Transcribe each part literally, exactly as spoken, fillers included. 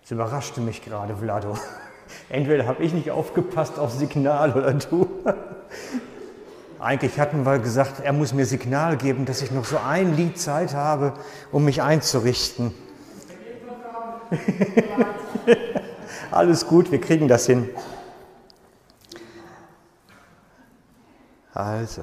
Das überraschte mich gerade, Vlado. Entweder habe ich nicht aufgepasst aufs Signal oder du. Eigentlich hatten wir gesagt, er muss mir Signal geben, dass ich noch so ein Lied Zeit habe, um mich einzurichten. Alles gut, wir kriegen das hin. Also,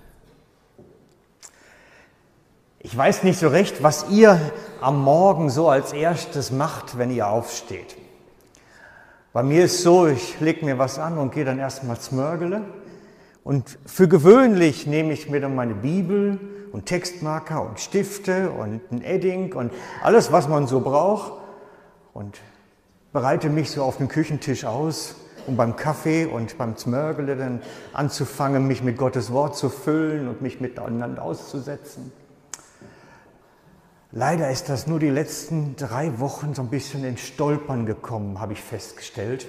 ich weiß nicht so recht, was ihr am Morgen so als erstes macht, wenn ihr aufsteht. Bei mir ist so, ich lege mir was an und gehe dann erstmal zmörgele. Und für gewöhnlich nehme ich mir dann meine Bibel und Textmarker und Stifte und ein Edding und alles, was man so braucht und bereite mich so auf den Küchentisch aus, um beim Kaffee und beim Zmörgele dann anzufangen, mich mit Gottes Wort zu füllen und mich miteinander auszusetzen. Leider ist das nur die letzten drei Wochen so ein bisschen ins Stolpern gekommen, habe ich festgestellt.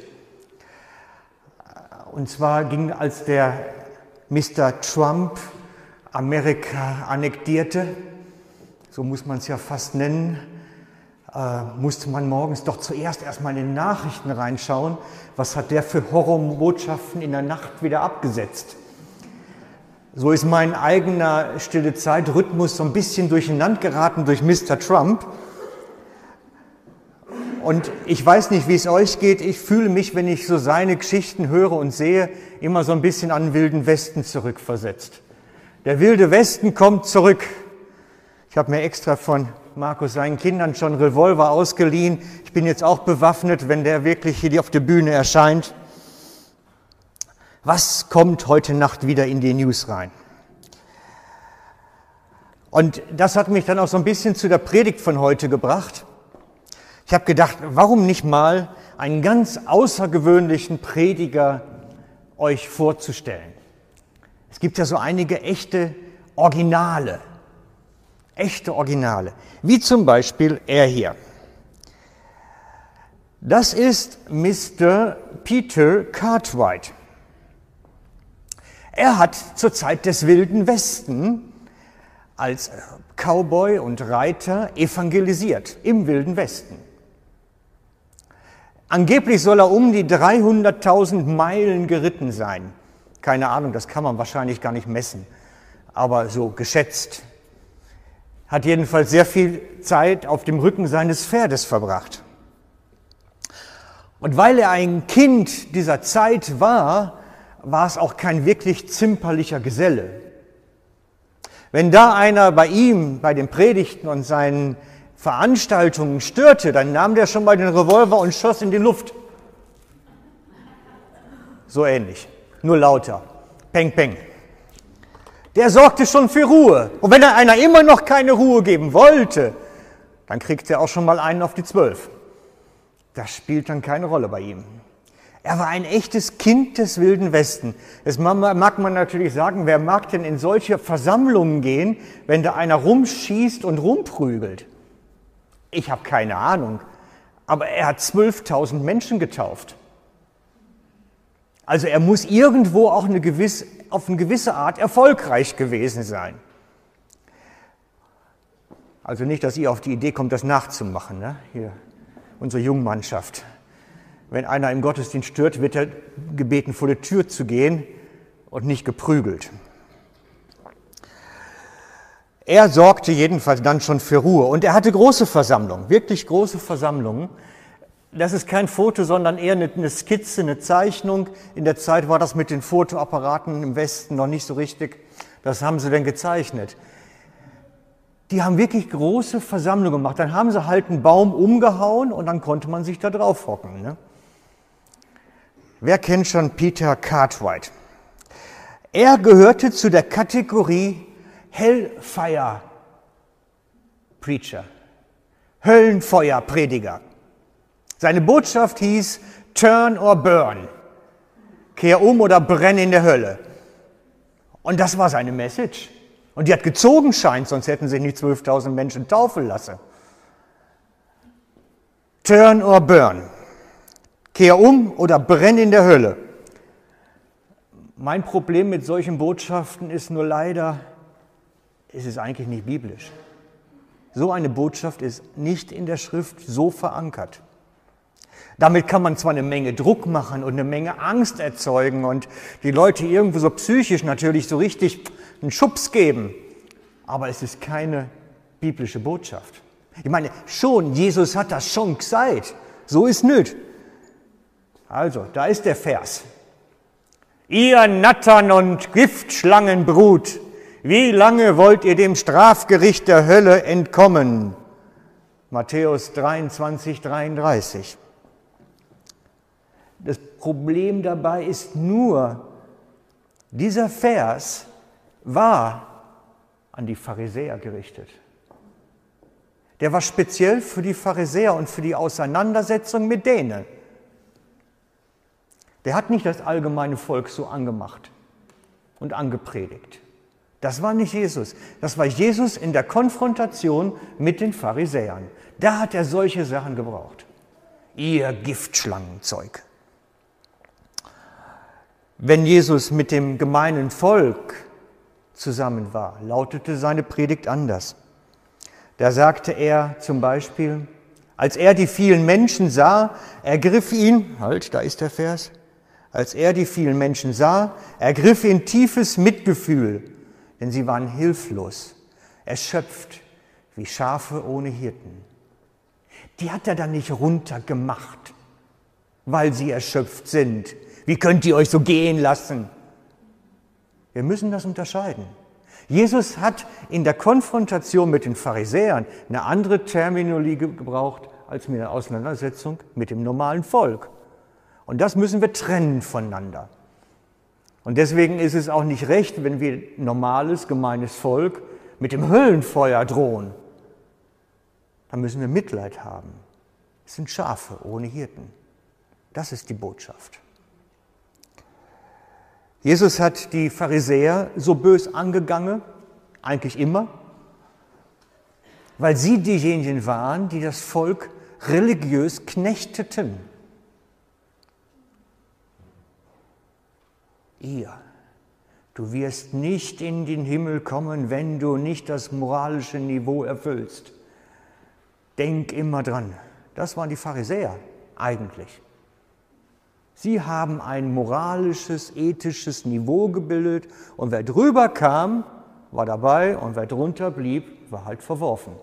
Und zwar ging, als der Mister Trump Amerika annektierte, so muss man es ja fast nennen, äh, musste man morgens doch zuerst erstmal in die Nachrichten reinschauen, was hat der für Horrorbotschaften in der Nacht wieder abgesetzt. So ist mein eigener Stille-Zeit-Rhythmus so ein bisschen durcheinander geraten durch Mister Trump. Und ich weiß nicht, wie es euch geht. Ich fühle mich, wenn ich so seine Geschichten höre und sehe, immer so ein bisschen an den Wilden Westen zurückversetzt. Der Wilde Westen kommt zurück. Ich habe mir extra von Markus seinen Kindern schon Revolver ausgeliehen. Ich bin jetzt auch bewaffnet, wenn der wirklich hier auf der Bühne erscheint. Was kommt heute Nacht wieder in die News rein? Und das hat mich dann auch so ein bisschen zu der Predigt von heute gebracht. Ich habe gedacht, warum nicht mal einen ganz außergewöhnlichen Prediger euch vorzustellen? Es gibt ja so einige echte Originale, echte Originale, wie zum Beispiel er hier. Das ist Mister Peter Cartwright. Er hat zur Zeit des Wilden Westen als Cowboy und Reiter evangelisiert im Wilden Westen. Angeblich soll er um die dreihunderttausend Meilen geritten sein. Keine Ahnung, das kann man wahrscheinlich gar nicht messen, aber so geschätzt. Hat jedenfalls sehr viel Zeit auf dem Rücken seines Pferdes verbracht. Und weil er ein Kind dieser Zeit war, war es auch kein wirklich zimperlicher Geselle. Wenn da einer bei ihm, bei den Predigten und seinen Veranstaltungen störte, dann nahm der schon mal den Revolver und schoss in die Luft. So ähnlich, nur lauter. Peng, peng. Der sorgte schon für Ruhe. Und wenn er einer immer noch keine Ruhe geben wollte, dann kriegte er auch schon mal einen auf die Zwölf. Das spielt dann keine Rolle bei ihm. Er war ein echtes Kind des Wilden Westen. Das mag man natürlich sagen, wer mag denn in solche Versammlungen gehen, wenn da einer rumschießt und rumprügelt? Ich habe keine Ahnung, aber er hat zwölftausend Menschen getauft. Also er muss irgendwo auch eine gewisse, auf eine gewisse Art erfolgreich gewesen sein. Also nicht, dass ihr auf die Idee kommt, das nachzumachen, ne? Hier, unsere Jungmannschaft. Wenn einer im Gottesdienst stört, wird er gebeten, vor die Tür zu gehen und nicht geprügelt. Er sorgte jedenfalls dann schon für Ruhe. Und er hatte große Versammlungen, wirklich große Versammlungen. Das ist kein Foto, sondern eher eine Skizze, eine Zeichnung. In der Zeit war das mit den Fotoapparaten im Westen noch nicht so richtig. Das haben sie denn gezeichnet. Die haben wirklich große Versammlungen gemacht. Dann haben sie halt einen Baum umgehauen und dann konnte man sich da drauf hocken, ne? Wer kennt schon Peter Cartwright? Er gehörte zu der Kategorie Hellfire Preacher, Höllenfeuerprediger. Seine Botschaft hieß Turn or Burn, kehr um oder brenn in der Hölle. Und das war seine Message. Und die hat gezogen scheint, sonst hätten sich nicht zwölftausend Menschen taufen lassen. Turn or Burn. Kehr um oder brenn in der Hölle. Mein Problem mit solchen Botschaften ist nur leider, es ist eigentlich nicht biblisch. So eine Botschaft ist nicht in der Schrift so verankert. Damit kann man zwar eine Menge Druck machen und eine Menge Angst erzeugen und die Leute irgendwo so psychisch natürlich so richtig einen Schubs geben, aber es ist keine biblische Botschaft. Ich meine, schon, Jesus hat das schon gesagt, so ist nicht. Also, da ist der Vers. Ihr Nattern und Giftschlangenbrut, wie lange wollt ihr dem Strafgericht der Hölle entkommen? Matthäus dreiundzwanzig, dreiunddreißig. Das Problem dabei ist nur, dieser Vers war an die Pharisäer gerichtet. Der war speziell für die Pharisäer und für die Auseinandersetzung mit denen. Der hat nicht das allgemeine Volk so angemacht und angepredigt. Das war nicht Jesus. Das war Jesus in der Konfrontation mit den Pharisäern. Da hat er solche Sachen gebraucht. Ihr Giftschlangenzeug. Wenn Jesus mit dem gemeinen Volk zusammen war, lautete seine Predigt anders. Da sagte er zum Beispiel, als er die vielen Menschen sah, ergriff ihn, halt, da ist der Vers, als er die vielen Menschen sah, ergriff ihn tiefes Mitgefühl, denn sie waren hilflos, erschöpft, wie Schafe ohne Hirten. Die hat er dann nicht runtergemacht, weil sie erschöpft sind. Wie könnt ihr euch so gehen lassen? Wir müssen das unterscheiden. Jesus hat in der Konfrontation mit den Pharisäern eine andere Terminologie gebraucht als mit der Auseinandersetzung mit dem normalen Volk. Und das müssen wir trennen voneinander. Und deswegen ist es auch nicht recht, wenn wir normales, gemeines Volk mit dem Höllenfeuer drohen. Da müssen wir Mitleid haben. Es sind Schafe ohne Hirten. Das ist die Botschaft. Jesus hat die Pharisäer so bös angegangen, eigentlich immer, weil sie diejenigen waren, die das Volk religiös knechteten. Ihr, du wirst nicht in den Himmel kommen, wenn du nicht das moralische Niveau erfüllst. Denk immer dran. Das waren die Pharisäer eigentlich. Sie haben ein moralisches, ethisches Niveau gebildet und wer drüber kam, war dabei und wer drunter blieb, war halt verworfen.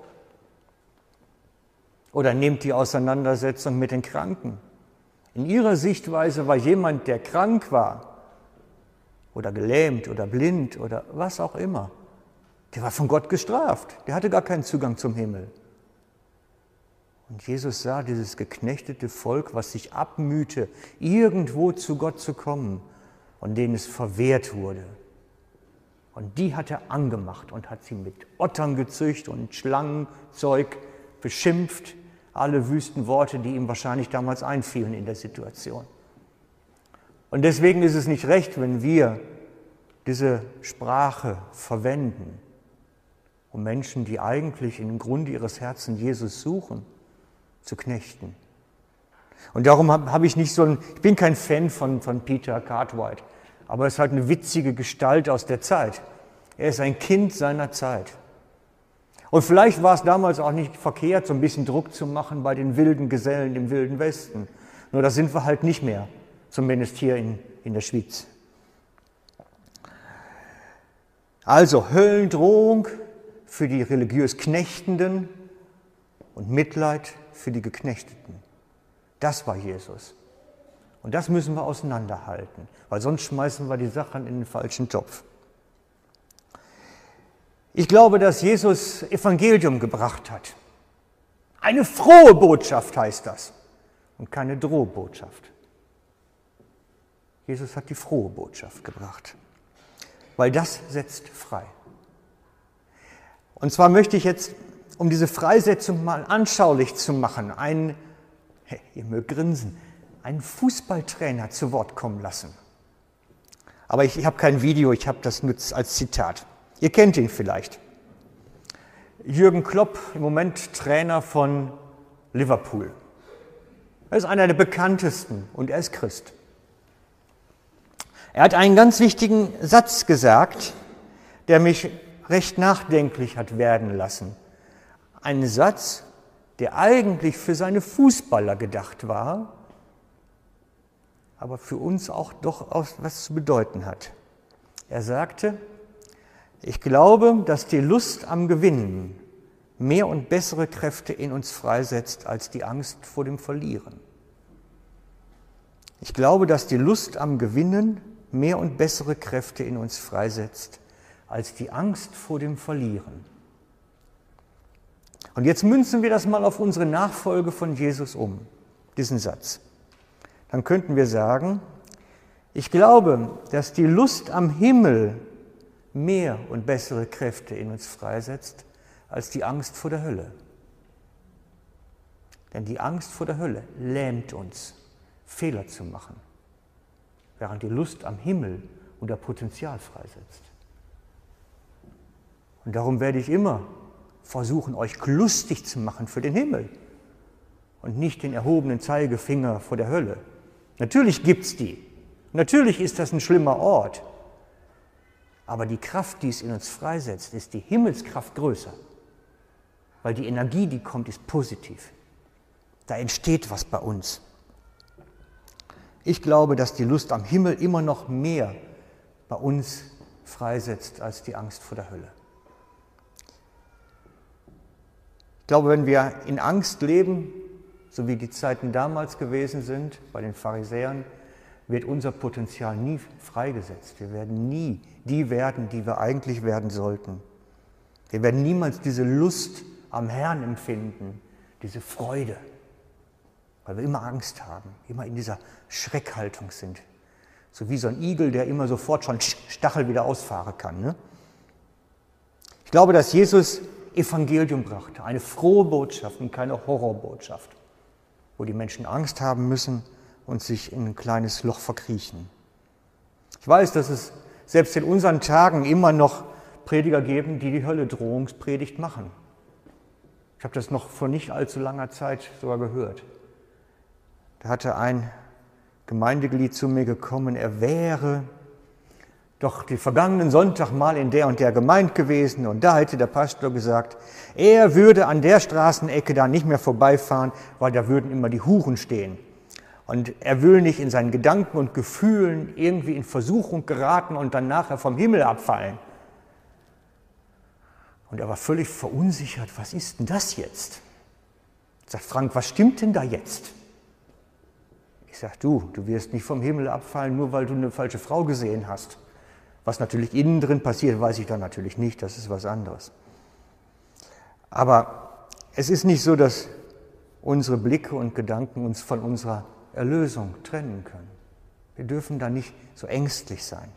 Oder nehmt die Auseinandersetzung mit den Kranken. In ihrer Sichtweise war jemand, der krank war oder gelähmt oder blind oder was auch immer, der war von Gott gestraft. Der hatte gar keinen Zugang zum Himmel. Und Jesus sah dieses geknechtete Volk, was sich abmühte, irgendwo zu Gott zu kommen und denen es verwehrt wurde. Und die hat er angemacht und hat sie mit Ottern gezüchtet und Schlangenzeug beschimpft. Alle wüsten Worte, die ihm wahrscheinlich damals einfielen in der Situation. Und deswegen ist es nicht recht, wenn wir diese Sprache verwenden, um Menschen, die eigentlich im Grunde ihres Herzens Jesus suchen, zu knechten. Und darum habe hab ich nicht so ein, ich bin kein Fan von, von Peter Cartwright, aber er ist halt eine witzige Gestalt aus der Zeit. Er ist ein Kind seiner Zeit. Und vielleicht war es damals auch nicht verkehrt, so ein bisschen Druck zu machen bei den wilden Gesellen im Wilden Westen. Nur da sind wir halt nicht mehr, zumindest hier in, in der Schweiz. Also Höllendrohung für die religiös Knechtenden und Mitleid für die Geknechteten. Das war Jesus. Und das müssen wir auseinanderhalten, weil sonst schmeißen wir die Sachen in den falschen Topf. Ich glaube, dass Jesus Evangelium gebracht hat. Eine frohe Botschaft heißt das und keine Drohbotschaft. Jesus hat die frohe Botschaft gebracht, weil das setzt frei. Und zwar möchte ich jetzt, um diese Freisetzung mal anschaulich zu machen, einen, hey, ihr mögt grinsen, einen Fußballtrainer zu Wort kommen lassen. Aber ich, ich habe kein Video, ich habe das nur als Zitat. Ihr kennt ihn vielleicht. Jürgen Klopp, im Moment Trainer von Liverpool. Er ist einer der bekanntesten und er ist Christ. Er hat einen ganz wichtigen Satz gesagt, der mich recht nachdenklich hat werden lassen. Ein Satz, der eigentlich für seine Fußballer gedacht war, aber für uns auch doch was zu bedeuten hat. Er sagte, ich glaube, dass die Lust am Gewinnen mehr und bessere Kräfte in uns freisetzt als die Angst vor dem Verlieren. Ich glaube, dass die Lust am Gewinnen mehr und bessere Kräfte in uns freisetzt als die Angst vor dem Verlieren. Und jetzt münzen wir das mal auf unsere Nachfolge von Jesus um, diesen Satz. Dann könnten wir sagen, ich glaube, dass die Lust am Himmel mehr und bessere Kräfte in uns freisetzt als die Angst vor der Hölle. Denn die Angst vor der Hölle lähmt uns, Fehler zu machen, während die Lust am Himmel unser Potenzial freisetzt. Und darum werde ich immer versuchen, euch lustig zu machen für den Himmel und nicht den erhobenen Zeigefinger vor der Hölle. Natürlich gibt's die. Natürlich ist das ein schlimmer Ort. Aber die Kraft, die es in uns freisetzt, ist die Himmelskraft größer. Weil die Energie, die kommt, ist positiv. Da entsteht was bei uns. Ich glaube, dass die Lust am Himmel immer noch mehr bei uns freisetzt als die Angst vor der Hölle. Ich glaube, wenn wir in Angst leben, so wie die Zeiten damals gewesen sind bei den Pharisäern, wird unser Potenzial nie freigesetzt. Wir werden nie die werden, die wir eigentlich werden sollten. Wir werden niemals diese Lust am Herrn empfinden, diese Freude, weil wir immer Angst haben, immer in dieser Schreckhaltung sind. So wie so ein Igel, der immer sofort schon Stachel wieder ausfahren kann. Ne? Ich glaube, dass Jesus Evangelium brachte, eine frohe Botschaft und keine Horrorbotschaft, wo die Menschen Angst haben müssen und sich in ein kleines Loch verkriechen. Ich weiß, dass es selbst in unseren Tagen immer noch Prediger geben, die die Hölledrohungspredigt machen. Ich habe das noch vor nicht allzu langer Zeit sogar gehört. Da hatte ein Gemeindeglied zu mir gekommen, er wäre doch den vergangenen Sonntag mal in der und der Gemeinde gewesen und da hätte der Pastor gesagt, er würde an der Straßenecke da nicht mehr vorbeifahren, weil da würden immer die Huren stehen. Und er will nicht in seinen Gedanken und Gefühlen irgendwie in Versuchung geraten und dann nachher vom Himmel abfallen. Und er war völlig verunsichert, was ist denn das jetzt? Sagt Frank, was stimmt denn da jetzt? Ich sage, du, du wirst nicht vom Himmel abfallen, nur weil du eine falsche Frau gesehen hast. Was natürlich innen drin passiert, weiß ich dann natürlich nicht, das ist was anderes. Aber es ist nicht so, dass unsere Blicke und Gedanken uns von unserer Erlösung trennen können. Wir dürfen da nicht so ängstlich sein.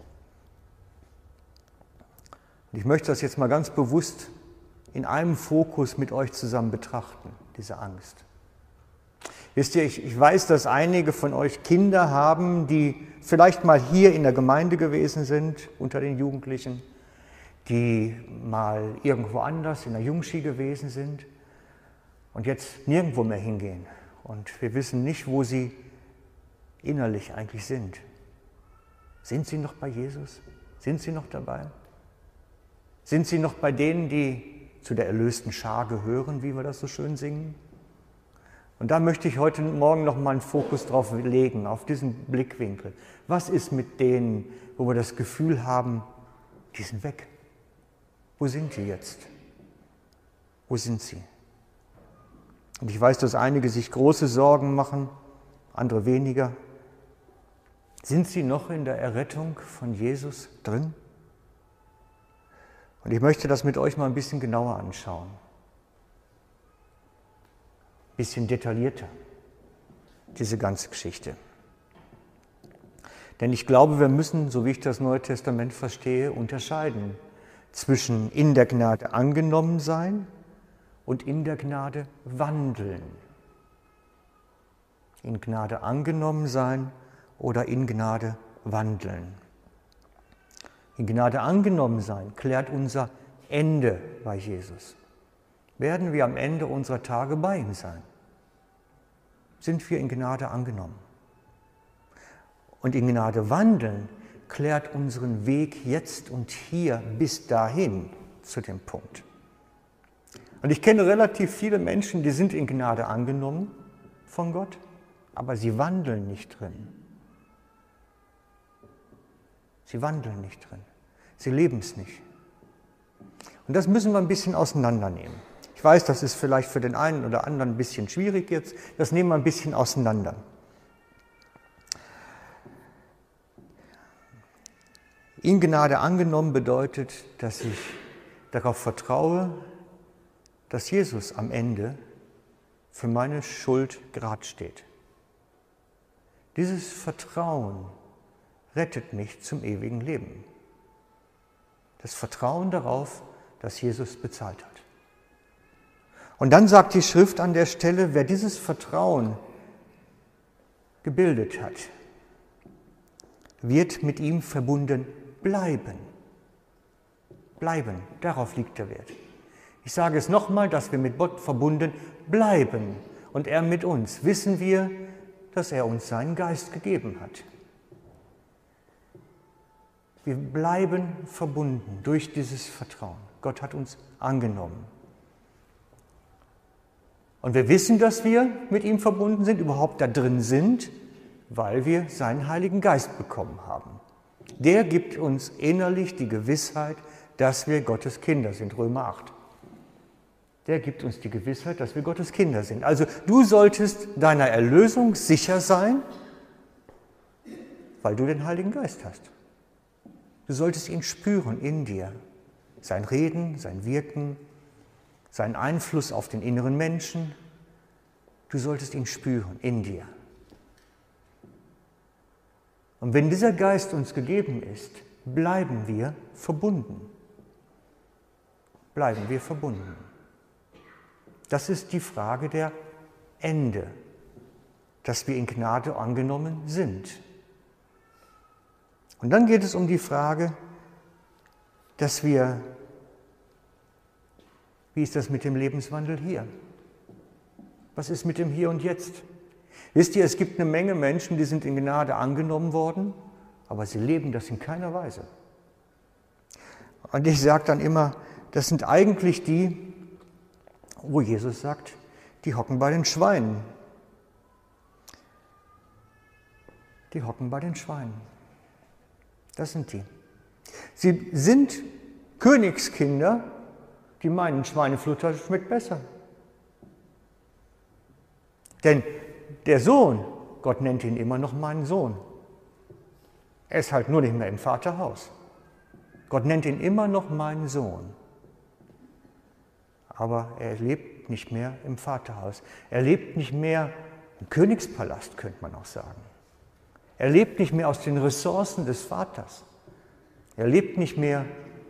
Und ich möchte das jetzt mal ganz bewusst in einem Fokus mit euch zusammen betrachten, diese Angst. Wisst ihr, ich, ich weiß, dass einige von euch Kinder haben, die vielleicht mal hier in der Gemeinde gewesen sind, unter den Jugendlichen, die mal irgendwo anders in der Jungschi gewesen sind und jetzt nirgendwo mehr hingehen. Und wir wissen nicht, wo sie innerlich eigentlich sind. Sind sie noch bei Jesus? Sind sie noch dabei? Sind sie noch bei denen, die zu der erlösten Schar gehören, wie wir das so schön singen? Und da möchte ich heute Morgen noch mal einen Fokus drauf legen, auf diesen Blickwinkel. Was ist mit denen, wo wir das Gefühl haben, die sind weg? Wo sind die jetzt? Wo sind sie? Und ich weiß, dass einige sich große Sorgen machen, andere weniger. Sind sie noch in der Errettung von Jesus drin? Und ich möchte das mit euch mal ein bisschen genauer anschauen. Ein bisschen detaillierter, diese ganze Geschichte. Denn ich glaube, wir müssen, so wie ich das Neue Testament verstehe, unterscheiden zwischen in der Gnade angenommen sein und in der Gnade wandeln. In Gnade angenommen sein oder in Gnade wandeln. In Gnade angenommen sein klärt unser Ende bei Jesus. Werden wir am Ende unserer Tage bei ihm sein? Sind wir in Gnade angenommen? Und in Gnade wandeln klärt unseren Weg jetzt und hier bis dahin zu dem Punkt. Und ich kenne relativ viele Menschen, die sind in Gnade angenommen von Gott, aber sie wandeln nicht drin. Sie wandeln nicht drin. Sie leben es nicht. Und das müssen wir ein bisschen auseinandernehmen. Ich weiß, das ist vielleicht für den einen oder anderen ein bisschen schwierig jetzt. Das nehmen wir ein bisschen auseinander. In Gnade angenommen bedeutet, dass ich darauf vertraue, dass Jesus am Ende für meine Schuld gerad steht. Dieses Vertrauen rettet mich zum ewigen Leben. Das Vertrauen darauf, dass Jesus bezahlt hat. Und dann sagt die Schrift an der Stelle, wer dieses Vertrauen gebildet hat, wird mit ihm verbunden bleiben. Bleiben, darauf liegt der Wert. Ich sage es nochmal, dass wir mit Gott verbunden bleiben und er mit uns. Wissen wir, dass er uns seinen Geist gegeben hat. Wir bleiben verbunden durch dieses Vertrauen. Gott hat uns angenommen. Und wir wissen, dass wir mit ihm verbunden sind, überhaupt da drin sind, weil wir seinen Heiligen Geist bekommen haben. Der gibt uns innerlich die Gewissheit, dass wir Gottes Kinder sind, Römer acht. Der gibt uns die Gewissheit, dass wir Gottes Kinder sind. Also du solltest deiner Erlösung sicher sein, weil du den Heiligen Geist hast. Du solltest ihn spüren in dir. Sein Reden, sein Wirken, seinen Einfluss auf den inneren Menschen. Du solltest ihn spüren in dir. Und wenn dieser Geist uns gegeben ist, bleiben wir verbunden. Bleiben wir verbunden. Das ist die Frage der Ende, dass wir in Gnade angenommen sind. Und dann geht es um die Frage, dass wir, wie ist das mit dem Lebenswandel hier? Was ist mit dem Hier und Jetzt? Wisst ihr, es gibt eine Menge Menschen, die sind in Gnade angenommen worden, aber sie leben das in keiner Weise. Und ich sage dann immer, das sind eigentlich die, wo Jesus sagt, die hocken bei den Schweinen. Die hocken bei den Schweinen. Das sind die. Sie sind Königskinder, die meinen, Schweineflutter schmeckt besser. Denn der Sohn, Gott nennt ihn immer noch meinen Sohn. Er ist halt nur nicht mehr im Vaterhaus. Gott nennt ihn immer noch meinen Sohn. Aber er lebt nicht mehr im Vaterhaus. Er lebt nicht mehr im Königspalast, könnte man auch sagen. Er lebt nicht mehr aus den Ressourcen des Vaters. Er lebt nicht mehr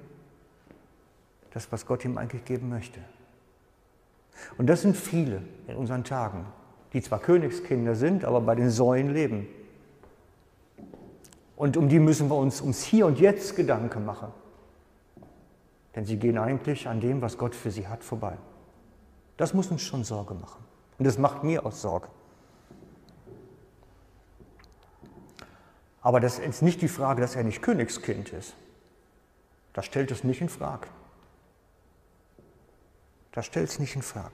das, was Gott ihm eigentlich geben möchte. Und das sind viele in unseren Tagen, die zwar Königskinder sind, aber bei den Säulen leben. Und um die müssen wir uns ums Hier und Jetzt Gedanken machen. Denn sie gehen eigentlich an dem, was Gott für sie hat, vorbei. Das muss uns schon Sorge machen. Und das macht mir auch Sorge. Aber das ist nicht die Frage, dass er nicht Königskind ist. Das stellt es nicht in Frage. Das stellt es nicht in Frage.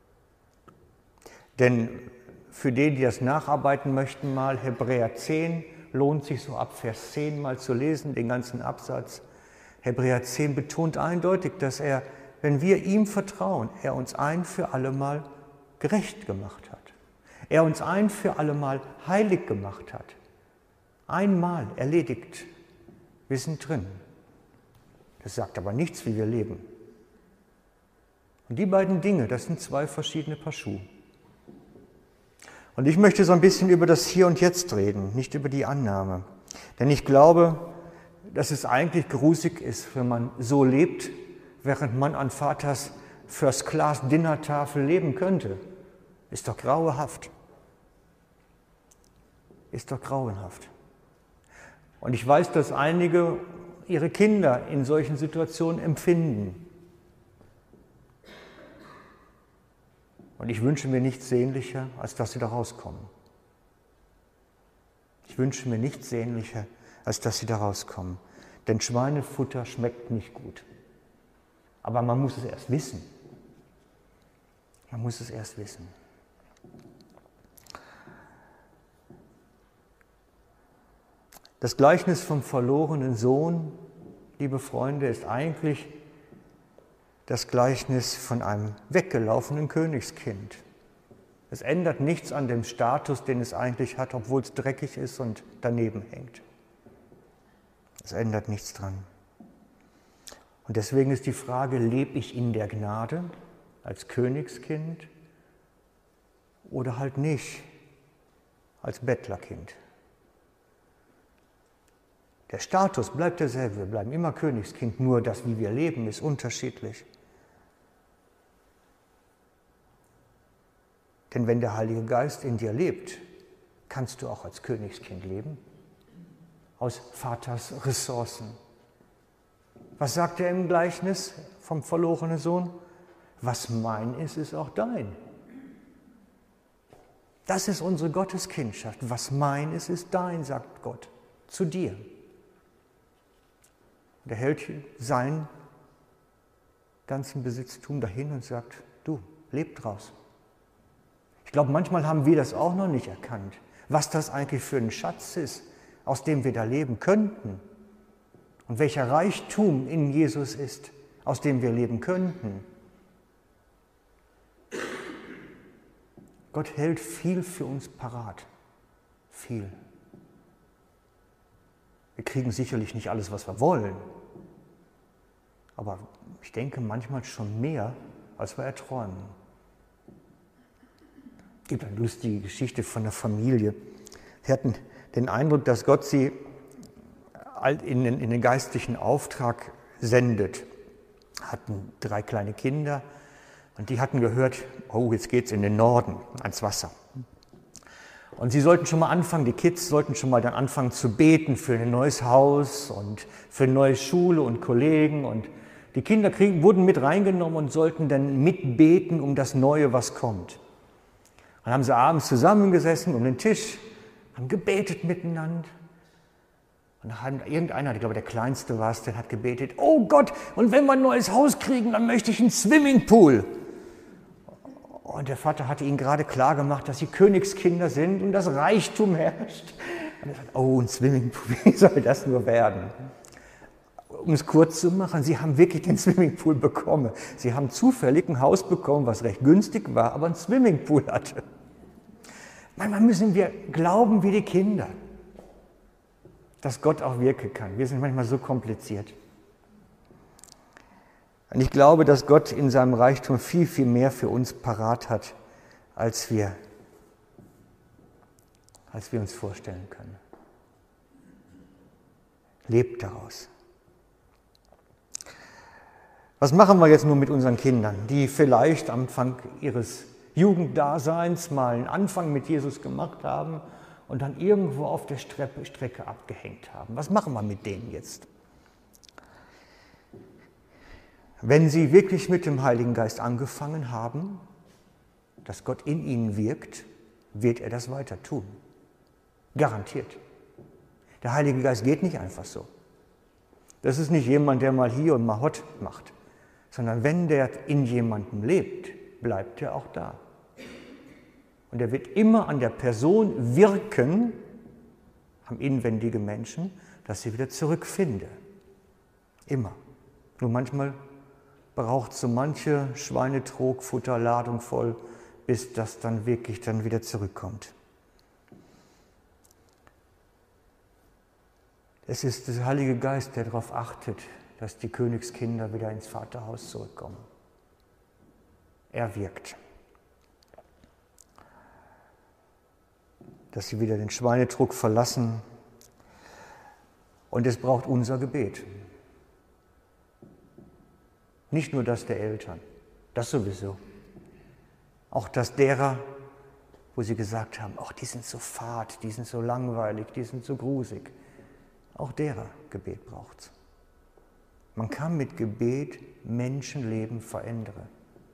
Denn für die, die das nacharbeiten möchten, mal Hebräer zehn, lohnt sich so ab Vers zehn mal zu lesen, den ganzen Absatz. Hebräer zehn betont eindeutig, dass er, wenn wir ihm vertrauen, er uns ein für alle Mal gerecht gemacht hat. Er uns ein für alle Mal heilig gemacht hat. Einmal erledigt. Wir sind drin. Das sagt aber nichts, wie wir leben. Und die beiden Dinge, das sind zwei verschiedene Paar Schuhe. Und ich möchte so ein bisschen über das Hier und Jetzt reden, nicht über die Annahme. Denn ich glaube, dass es eigentlich grusig ist, wenn man so lebt, während man an Vaters First-Class-Dinnertafel leben könnte. Ist doch grauenhaft. Ist doch grauenhaft. Und ich weiß, dass einige ihre Kinder in solchen Situationen empfinden. Und ich wünsche mir nichts sehnlicher, als dass sie da rauskommen. Ich wünsche mir nichts sehnlicher, als dass sie da rauskommen. Denn Schweinefutter schmeckt nicht gut. Aber man muss es erst wissen. Man muss es erst wissen. Das Gleichnis vom verlorenen Sohn, liebe Freunde, ist eigentlich das Gleichnis von einem weggelaufenen Königskind. Es ändert nichts an dem Status, den es eigentlich hat, obwohl es dreckig ist und daneben hängt. Es ändert nichts dran. Und deswegen ist die Frage, lebe ich in der Gnade als Königskind oder halt nicht als Bettlerkind? Der Status bleibt derselbe, wir bleiben immer Königskind, nur das, wie wir leben, ist unterschiedlich. Denn wenn der Heilige Geist in dir lebt, kannst du auch als Königskind leben, aus Vaters Ressourcen. Was sagt er im Gleichnis vom verlorenen Sohn? Was mein ist, ist auch dein. Das ist unsere Gotteskindschaft. Was mein ist, ist dein, sagt Gott zu dir. Und er hält seinen ganzen Besitztum dahin und sagt, du, leb draus. Ich glaube, manchmal haben wir das auch noch nicht erkannt, was das eigentlich für ein Schatz ist, aus dem wir da leben könnten. Und welcher Reichtum in Jesus ist, aus dem wir leben könnten. Gott hält viel für uns parat. Viel. Wir kriegen sicherlich nicht alles, was wir wollen. Aber ich denke manchmal schon mehr, als wir erträumen. Es gibt eine lustige Geschichte von einer Familie. Sie hatten den Eindruck, dass Gott sie in den, in den geistlichen Auftrag sendet. Hatten drei kleine Kinder und die hatten gehört, oh, jetzt geht's in den Norden, ans Wasser. Und sie sollten schon mal anfangen, die Kids sollten schon mal dann anfangen zu beten für ein neues Haus und für eine neue Schule und Kollegen. Und die Kinder kriegen, wurden mit reingenommen und sollten dann mitbeten um das Neue, was kommt. Dann haben sie abends zusammengesessen um den Tisch, haben gebetet miteinander. Und dann hat irgendeiner, ich glaube der Kleinste war es, der hat gebetet, oh Gott, und wenn wir ein neues Haus kriegen, dann möchte ich einen Swimmingpool. Und der Vater hatte ihnen gerade klar gemacht, dass sie Königskinder sind und das Reichtum herrscht. Und er sagt, oh, ein Swimmingpool, wie soll das nur werden? Um es kurz zu machen, sie haben wirklich den Swimmingpool bekommen. Sie haben zufällig ein Haus bekommen, was recht günstig war, aber einen Swimmingpool hatte. Manchmal müssen wir glauben wie die Kinder, dass Gott auch wirken kann. Wir sind manchmal so kompliziert. Und ich glaube, dass Gott in seinem Reichtum viel, viel mehr für uns parat hat, als wir, als wir uns vorstellen können. Lebt daraus. Was machen wir jetzt nun mit unseren Kindern, die vielleicht am Anfang ihres Jugenddaseins mal einen Anfang mit Jesus gemacht haben und dann irgendwo auf der Strecke abgehängt haben? Was machen wir mit denen jetzt? Wenn sie wirklich mit dem Heiligen Geist angefangen haben, dass Gott in ihnen wirkt, wird er das weiter tun. Garantiert. Der Heilige Geist geht nicht einfach so. Das ist nicht jemand, der mal hier und mal hot macht, sondern wenn der in jemandem lebt, bleibt er auch da. Und er wird immer an der Person wirken, am inwendige Menschen, dass sie wieder zurückfinde. Immer. Nur manchmal braucht so manche Schweinetrog-Futterladung voll, bis das dann wirklich dann wieder zurückkommt. Es ist der Heilige Geist, der darauf achtet, dass die Königskinder wieder ins Vaterhaus zurückkommen. Er wirkt. Dass sie wieder den Schweinetrog verlassen. Und es braucht unser Gebet. Nicht nur das der Eltern, das sowieso. Auch das derer, wo sie gesagt haben, ach, die sind so fad, die sind so langweilig, die sind so grusig. Auch derer Gebet braucht es. Man kann mit Gebet Menschenleben verändern.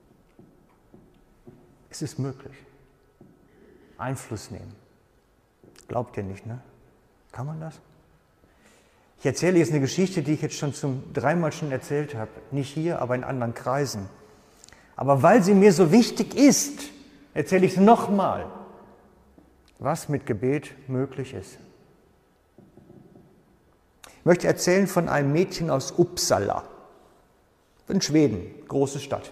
Es ist möglich. Einfluss nehmen. Glaubt ihr nicht, ne? Kann man das? Ich erzähle jetzt eine Geschichte, die ich jetzt schon zum dreimal schon erzählt habe. Nicht hier, aber in anderen Kreisen. Aber weil sie mir so wichtig ist, erzähle ich es nochmal, was mit Gebet möglich ist. möchte erzählen von einem Mädchen aus Uppsala, in Schweden, große Stadt.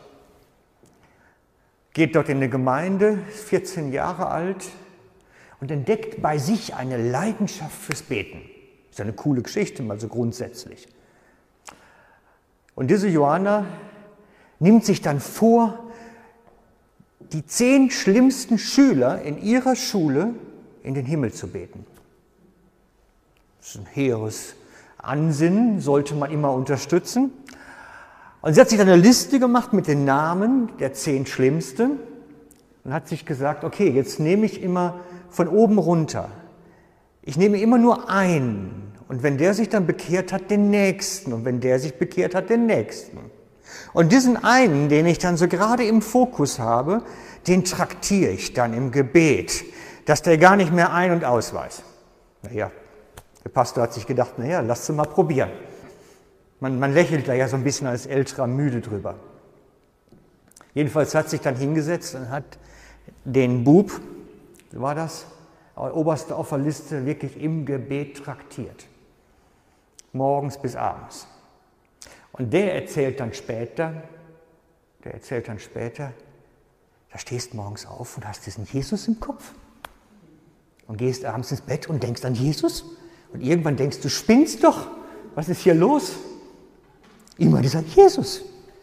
Geht dort in eine Gemeinde, ist vierzehn Jahre alt und entdeckt bei sich eine Leidenschaft fürs Beten. Ist eine coole Geschichte, mal so grundsätzlich. Und diese Johanna nimmt sich dann vor, die zehn schlimmsten Schüler in ihrer Schule in den Himmel zu beten. Das ist ein hehres Ansinnen, sollte man immer unterstützen. Und sie hat sich dann eine Liste gemacht mit den Namen der zehn Schlimmsten und hat sich gesagt, okay, jetzt nehme ich immer von oben runter. Ich nehme immer nur einen und wenn der sich dann bekehrt hat, den nächsten und wenn der sich bekehrt hat, den nächsten. Und diesen einen, den ich dann so gerade im Fokus habe, den traktiere ich dann im Gebet, dass der gar nicht mehr ein- und aus weiß. Naja, der Pastor hat sich gedacht, naja, lass sie mal probieren. Man, man lächelt da ja so ein bisschen als älterer müde drüber. Jedenfalls hat sich dann hingesetzt und hat den Bub, wie war das, oberste auf der Liste, wirklich im Gebet traktiert. Morgens bis abends. Und der erzählt dann später, der erzählt dann später, da stehst morgens auf und hast diesen Jesus im Kopf und gehst abends ins Bett und denkst an Jesus und irgendwann denkst du, spinnst doch, was ist hier los? Immer dieser Jesus.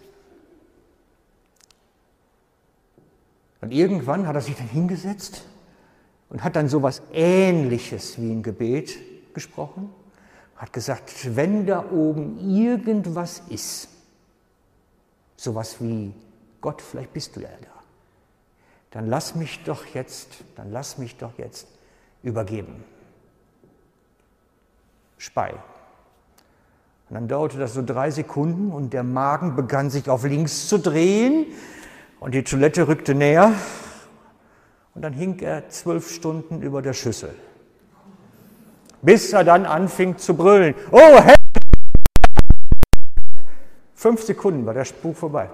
Und irgendwann hat er sich dann hingesetzt und hat dann so etwas Ähnliches wie ein Gebet gesprochen, hat gesagt, wenn da oben irgendwas ist, sowas wie Gott, vielleicht bist du ja da, dann lass mich doch jetzt, dann lass mich doch jetzt übergeben. Spei. Und dann dauerte das so drei Sekunden und der Magen begann sich auf links zu drehen und die Toilette rückte näher und dann hing er zwölf Stunden über der Schüssel. Bis er dann anfing zu brüllen. Oh, Herr! Fünf Sekunden war der Spuk vorbei.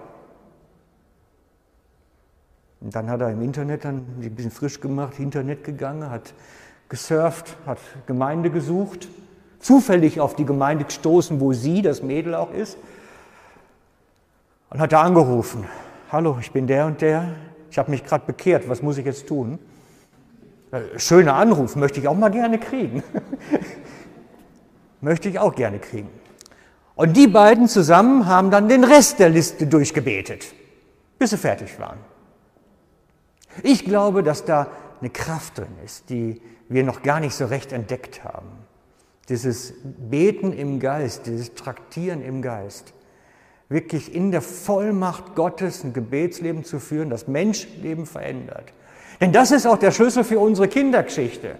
Und dann hat er im Internet dann ein bisschen frisch gemacht, Internet gegangen, hat gesurft, hat Gemeinde gesucht, zufällig auf die Gemeinde gestoßen, wo sie, das Mädel, auch ist, und hat da angerufen. Hallo, ich bin der und der, ich habe mich gerade bekehrt, was muss ich jetzt tun? Schöner Anruf, möchte ich auch mal gerne kriegen. Möchte ich auch gerne kriegen. Und die beiden zusammen haben dann den Rest der Liste durchgebetet, bis sie fertig waren. Ich glaube, dass da eine Kraft drin ist, die wir noch gar nicht so recht entdeckt haben. Dieses Beten im Geist, dieses Traktieren im Geist, wirklich in der Vollmacht Gottes ein Gebetsleben zu führen, das Menschenleben verändert. Denn das ist auch der Schlüssel für unsere Kindergeschichte.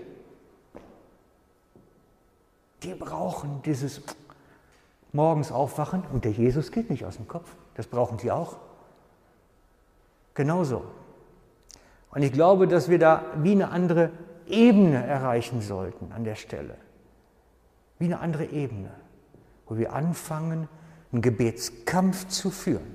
Die brauchen dieses morgens aufwachen und der Jesus geht nicht aus dem Kopf. Das brauchen die auch. Genauso. Und ich glaube, dass wir da wie eine andere Ebene erreichen sollten an der Stelle. Wie eine andere Ebene, wo wir anfangen, einen Gebetskampf zu führen,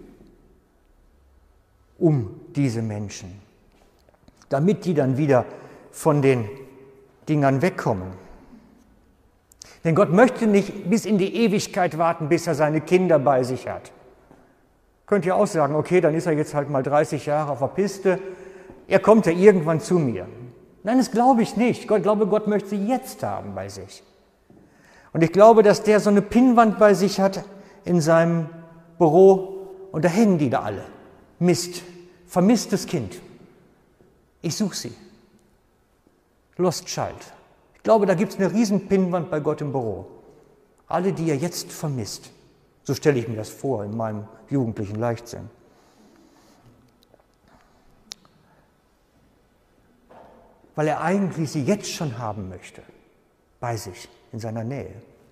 um diese Menschen, damit die dann wieder von den Dingern wegkommen. Denn Gott möchte nicht bis in die Ewigkeit warten, bis er seine Kinder bei sich hat. Könnt ihr auch sagen, okay, dann ist er jetzt halt mal dreißig Jahre auf der Piste, er kommt ja irgendwann zu mir. Nein, das glaube ich nicht. Ich glaube, Gott möchte sie jetzt haben bei sich. Und ich glaube, dass der so eine Pinnwand bei sich hat in seinem Büro und da hängen die da alle. Mist, vermisstes Kind. Ich suche sie. Lost Child. Ich glaube, da gibt es eine riesen Pinnwand bei Gott im Büro. Alle, die er jetzt vermisst. So stelle ich mir das vor in meinem jugendlichen Leichtsinn. Weil er eigentlich sie jetzt schon haben möchte. Bei sich, in seiner Nähe.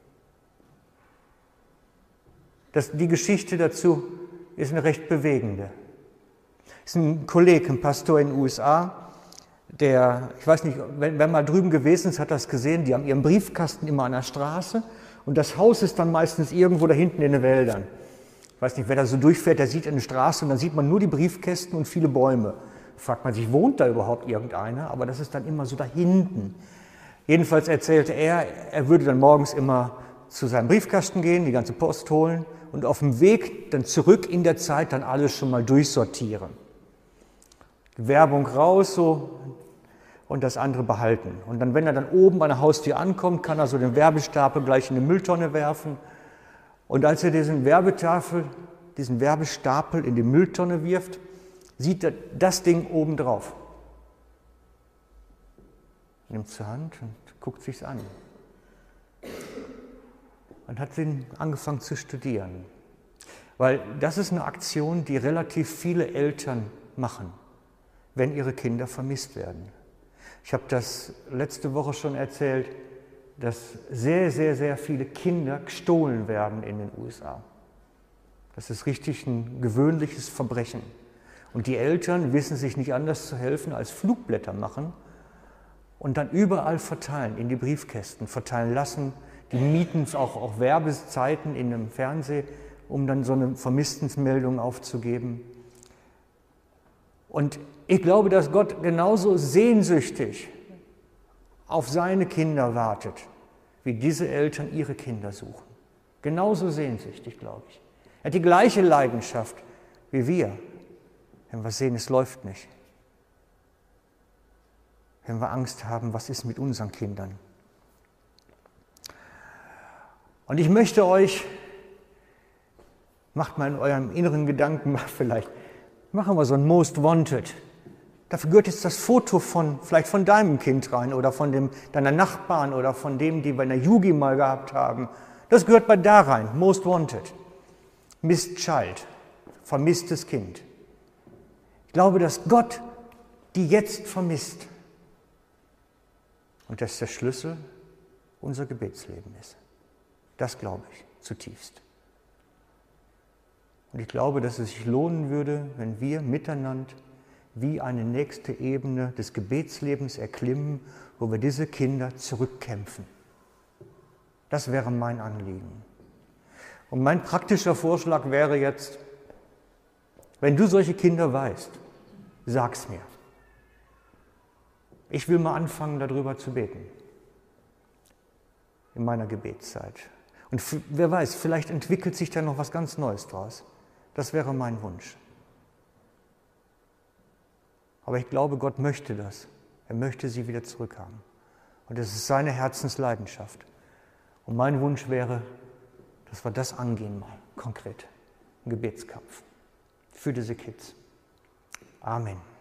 Das, die Geschichte dazu ist eine recht bewegende. Es ist ein Kollege, ein Pastor in den U S A, der, ich weiß nicht, wenn, wenn mal drüben gewesen ist, hat das gesehen, die haben ihren Briefkasten immer an der Straße und das Haus ist dann meistens irgendwo da hinten in den Wäldern. Ich weiß nicht, wer da so durchfährt, der sieht eine Straße und dann sieht man nur die Briefkästen und viele Bäume. Fragt man sich, wohnt da überhaupt irgendeiner? Aber das ist dann immer so da hinten. Jedenfalls erzählte er, er würde dann morgens immer zu seinem Briefkasten gehen, die ganze Post holen und auf dem Weg dann zurück in der Zeit dann alles schon mal durchsortieren. Die Werbung raus so und das andere behalten. Und dann, wenn er dann oben bei der Haustür ankommt, kann er so den Werbestapel gleich in eine Mülltonne werfen. Und als er diesen Werbetafel, diesen Werbestapel in die Mülltonne wirft, sieht er das Ding oben drauf. Nimmt es zur Hand und guckt sich's an. Und hat ihn angefangen zu studieren. Weil das ist eine Aktion, die relativ viele Eltern machen, wenn ihre Kinder vermisst werden. Ich habe das letzte Woche schon erzählt, dass sehr, sehr, sehr viele Kinder gestohlen werden in den U S A. Das ist richtig ein gewöhnliches Verbrechen. Und die Eltern wissen sich nicht anders zu helfen, als Flugblätter machen und dann überall verteilen, in die Briefkästen verteilen lassen. Die mieten auch, auch Werbezeiten in einem Fernsehen, um dann so eine Vermisstensmeldung aufzugeben. Und ich glaube, dass Gott genauso sehnsüchtig auf seine Kinder wartet, wie diese Eltern ihre Kinder suchen. Genauso sehnsüchtig, glaube ich. Er hat die gleiche Leidenschaft wie wir, wenn wir sehen, es läuft nicht. Wenn wir Angst haben, was ist mit unseren Kindern? Und ich möchte euch, macht mal in eurem inneren Gedanken, vielleicht machen wir so ein Most Wanted. Dafür gehört jetzt das Foto von, vielleicht von deinem Kind rein oder von dem, deiner Nachbarn oder von dem, die wir in der Jugi mal gehabt haben. Das gehört bei da rein, Most Wanted. Missed Child, vermisstes Kind. Ich glaube, dass Gott die jetzt vermisst. Und dass der Schlüssel unser Gebetsleben ist. Das glaube ich zutiefst. Und ich glaube, dass es sich lohnen würde, wenn wir miteinander wie eine nächste Ebene des Gebetslebens erklimmen, wo wir diese Kinder zurückkämpfen. Das wäre mein Anliegen. Und mein praktischer Vorschlag wäre jetzt, wenn du solche Kinder weißt, sag's mir. Ich will mal anfangen, darüber zu beten. In meiner Gebetszeit. Und wer weiß, vielleicht entwickelt sich da noch was ganz Neues draus. Das wäre mein Wunsch. Aber ich glaube, Gott möchte das. Er möchte sie wieder zurückhaben. Und es ist seine Herzensleidenschaft. Und mein Wunsch wäre, dass wir das angehen mal, konkret. Ein Gebetskampf für diese Kids. Amen.